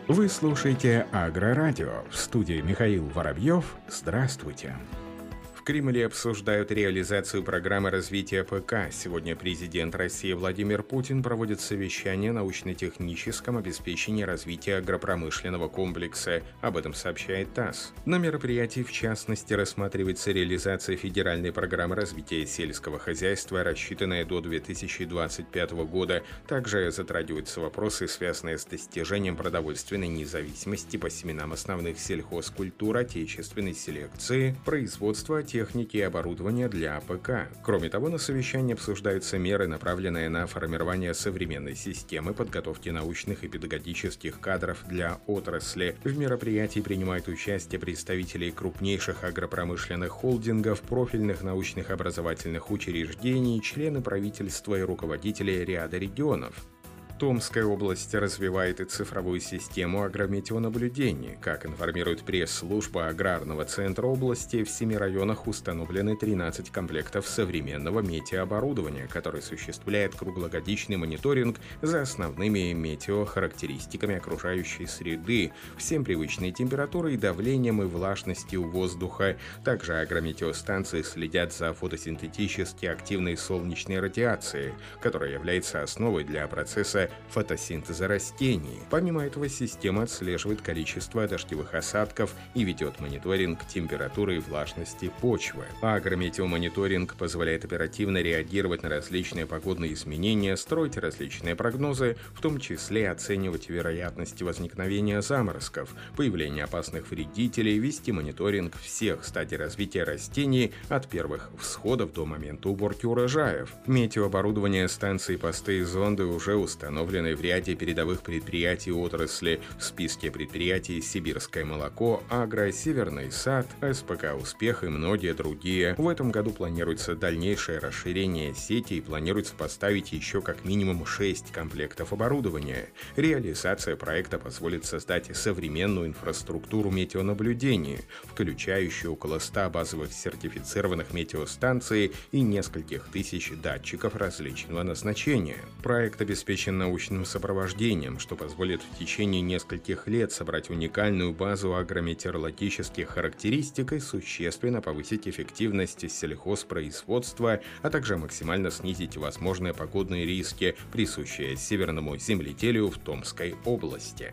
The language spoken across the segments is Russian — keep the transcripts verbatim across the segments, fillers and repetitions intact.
Вы слушаете Агрорадио. В студии Михаил Воробьев. Здравствуйте. В Кремле обсуждают реализацию программы развития ПК. Сегодня президент России Владимир Путин проводит совещание о научно-техническом обеспечении развития агропромышленного комплекса. Об этом сообщает ТАСС. На мероприятии, в частности, рассматривается реализация федеральной программы развития сельского хозяйства, рассчитанная до две тысячи двадцать пятого года. Также затрагиваются вопросы, связанные с достижением продовольственной независимости по семенам основных сельхозкультур, отечественной селекции, производства техники и оборудования для АПК. Кроме того, на совещании обсуждаются меры, направленные на формирование современной системы подготовки научных и педагогических кадров для отрасли. В мероприятии принимают участие представители крупнейших агропромышленных холдингов, профильных научных образовательных учреждений, члены правительства и руководители ряда регионов. Томская область развивает и цифровую систему агрометеонаблюдения. Как информирует пресс-служба Аграрного центра области, в семи районах установлены тринадцать комплектов современного метеооборудования, которое осуществляет круглогодичный мониторинг за основными метеохарактеристиками окружающей среды, всем привычной температурой, давлением и влажностью воздуха. Также агрометеостанции следят за фотосинтетически активной солнечной радиацией, которая является основой для процесса фотосинтеза растений. Помимо этого, система отслеживает количество дождевых осадков и ведет мониторинг температуры и влажности почвы. Агрометеомониторинг позволяет оперативно реагировать на различные погодные изменения, строить различные прогнозы, в том числе оценивать вероятность возникновения заморозков, появления опасных вредителей, вести мониторинг всех стадий развития растений от первых всходов до момента уборки урожаев. Метеооборудование станции, посты и зонды уже установлены в ряде передовых предприятий отрасли. В списке предприятий «Сибирское молоко», «Агро», «Северный сад», СПК «Успех» и многие другие. В этом году планируется дальнейшее расширение сети и планируется поставить еще как минимум шесть комплектов оборудования. Реализация проекта позволит создать современную инфраструктуру метеонаблюдения, включающую около ста базовых сертифицированных метеостанций и нескольких тысяч датчиков различного назначения. Проект обеспечен научным сопровождением, что позволит в течение нескольких лет собрать уникальную базу агрометеорологических характеристик и существенно повысить эффективность сельхозпроизводства, а также максимально снизить возможные погодные риски, присущие северному земледелию в Томской области.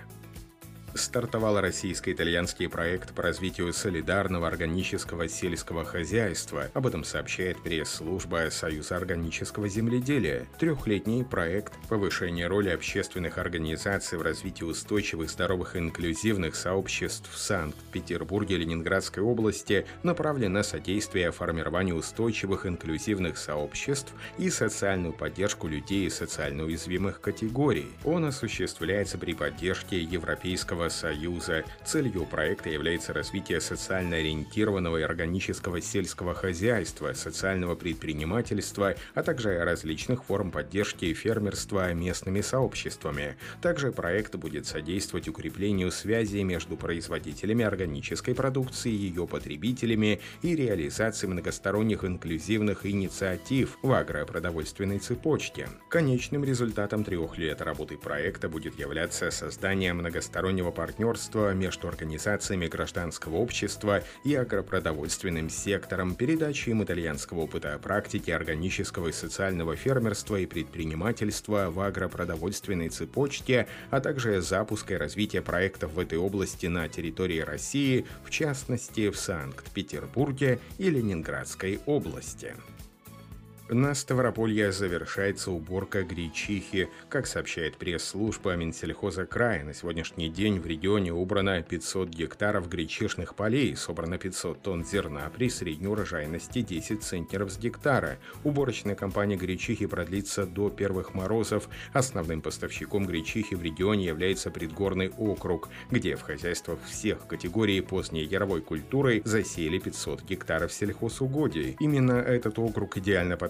Стартовал российско-итальянский проект по развитию солидарного органического сельского хозяйства. Об этом сообщает пресс-служба Союза органического земледелия. Трехлетний проект повышения роли общественных организаций в развитии устойчивых, здоровых и инклюзивных сообществ в Санкт-Петербурге и Ленинградской области направлен на содействие формированию устойчивых инклюзивных сообществ и социальную поддержку людей из социально уязвимых категорий. Он осуществляется при поддержке Европейского Союза. Целью проекта является развитие социально ориентированного и органического сельского хозяйства, социального предпринимательства, а также различных форм поддержки фермерства местными сообществами. Также проект будет содействовать укреплению связи между производителями органической продукции и ее потребителями и реализации многосторонних инклюзивных инициатив в агропродовольственной цепочке. Конечным результатом трех лет работы проекта будет являться создание многостороннего партнерства между организациями гражданского общества и агропродовольственным сектором, передачей им итальянского опыта практики органического и социального фермерства и предпринимательства в агропродовольственной цепочке, а также запуска и развития проектов в этой области на территории России, в частности в Санкт-Петербурге и Ленинградской области. На Ставрополье завершается уборка гречихи. Как сообщает пресс-служба Минсельхоза края, на сегодняшний день в регионе убрано пятьсот гектаров гречишных полей, собрано пятьсот тонн зерна при средней урожайности десять центнеров с гектара. Уборочная кампания гречихи продлится до первых морозов. Основным поставщиком гречихи в регионе является Предгорный округ, где в хозяйствах всех категорий поздней яровой культуры засеяли пятьсот гектаров сельхозугодий. Именно этот округ идеально подходит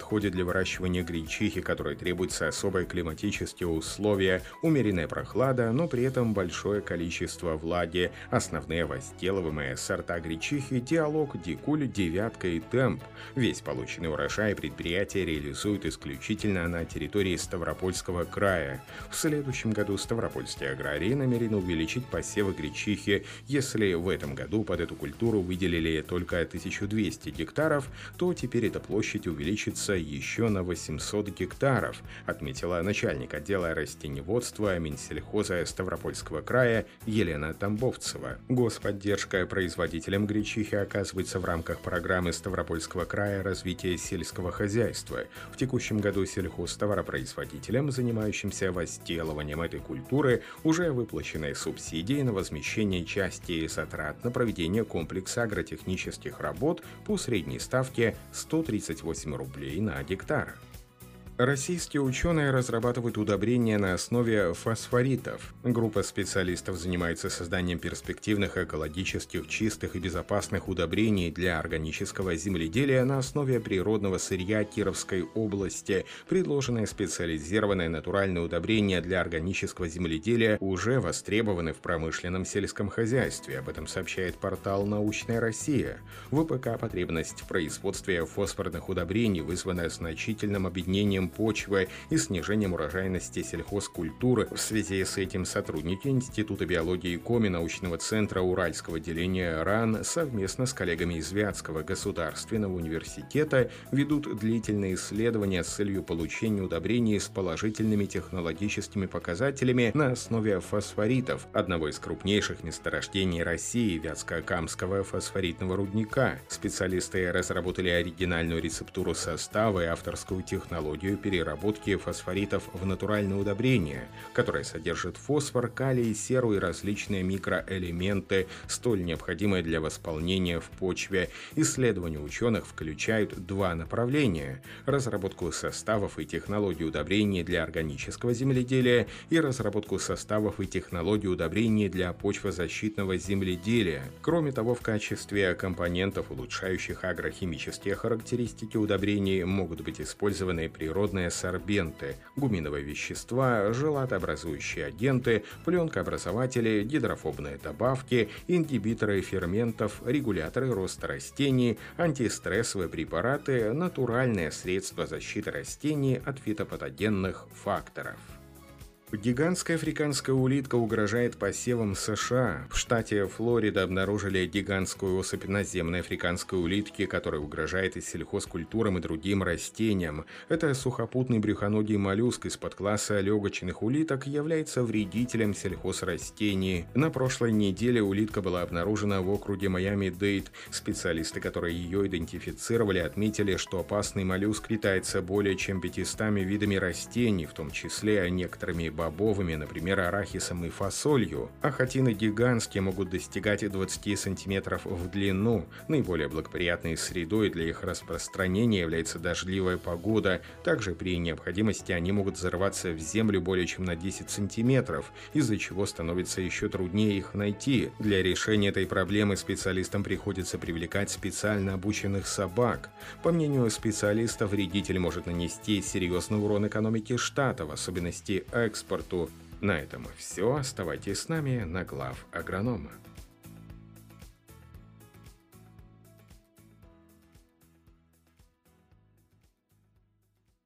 подходит для выращивания гречихи, которой требуются особые климатические условия, умеренная прохлада, но при этом большое количество влаги. Основные возделываемые сорта гречихи – Диалог, Дикуль, Девятка и Темп. Весь полученный урожай предприятие реализует исключительно на территории Ставропольского края. В следующем году ставропольские аграрии намерены увеличить посевы гречихи. Если в этом году под эту культуру выделили только тысячу двести гектаров, то теперь эта площадь увеличится еще на восемьсот гектаров, отметила начальник отдела растениеводства Минсельхоза Ставропольского края Елена Тамбовцева. Господдержка производителям гречихи оказывается в рамках программы Ставропольского края развития сельского хозяйства. В текущем году сельхозтоваропроизводителям, занимающимся возделыванием этой культуры, уже выплачены субсидии на возмещение части затрат на проведение комплекса агротехнических работ по средней ставке сто тридцать восемь рублей на гектар. Российские ученые разрабатывают удобрения на основе фосфоритов. Группа специалистов занимается созданием перспективных, экологических, чистых и безопасных удобрений для органического земледелия на основе природного сырья Кировской области. Предложенные специализированные натуральные удобрения для органического земледелия уже востребованы в промышленном сельском хозяйстве. Об этом сообщает портал «Научная Россия». В ВПК потребность в производстве фосфорных удобрений вызвана значительным обеднением почвы и снижением урожайности сельхозкультуры. В связи с этим сотрудники Института биологии Коми научного центра Уральского отделения РАН совместно с коллегами из Вятского государственного университета ведут длительные исследования с целью получения удобрений с положительными технологическими показателями на основе фосфоритов, одного из крупнейших месторождений России, Вятско-Камского фосфоритного рудника. Специалисты разработали оригинальную рецептуру состава и авторскую технологию переработки фосфоритов в натуральное удобрение, которое содержит фосфор, калий, серу и различные микроэлементы, столь необходимые для восполнения в почве. Исследования ученых включают два направления – разработку составов и технологий удобрений для органического земледелия и разработку составов и технологий удобрений для почвозащитного земледелия. Кроме того, в качестве компонентов, улучшающих агрохимические характеристики удобрений, могут быть использованы природные сорбенты, гуминовые вещества, желатообразующие агенты, пленкообразователи, гидрофобные добавки, ингибиторы ферментов, регуляторы роста растений, антистрессовые препараты, натуральные средства защиты растений от фитопатогенных факторов. Гигантская африканская улитка угрожает посевам США. В штате Флорида обнаружили гигантскую особь наземной африканской улитки, которая угрожает и сельхозкультурам, и другим растениям. Это сухопутный брюхоногий моллюск из подкласса легочных улиток, является вредителем сельхозрастений. На прошлой неделе улитка была обнаружена в округе Майами-Дейд. Специалисты, которые ее идентифицировали, отметили, что опасный моллюск питается более чем пятьюстами видами растений, в том числе некоторыми бобовыми, например, арахисом и фасолью. Ахатины гигантские могут достигать двадцати сантиметров в длину. Наиболее благоприятной средой для их распространения является дождливая погода. Также при необходимости они могут зарываться в землю более чем на десять сантиметров, из-за чего становится еще труднее их найти. Для решения этой проблемы специалистам приходится привлекать специально обученных собак. По мнению специалистов, вредитель может нанести серьезный урон экономике штата, в особенности экспорту. На этом все. Оставайтесь с нами на глав агронома.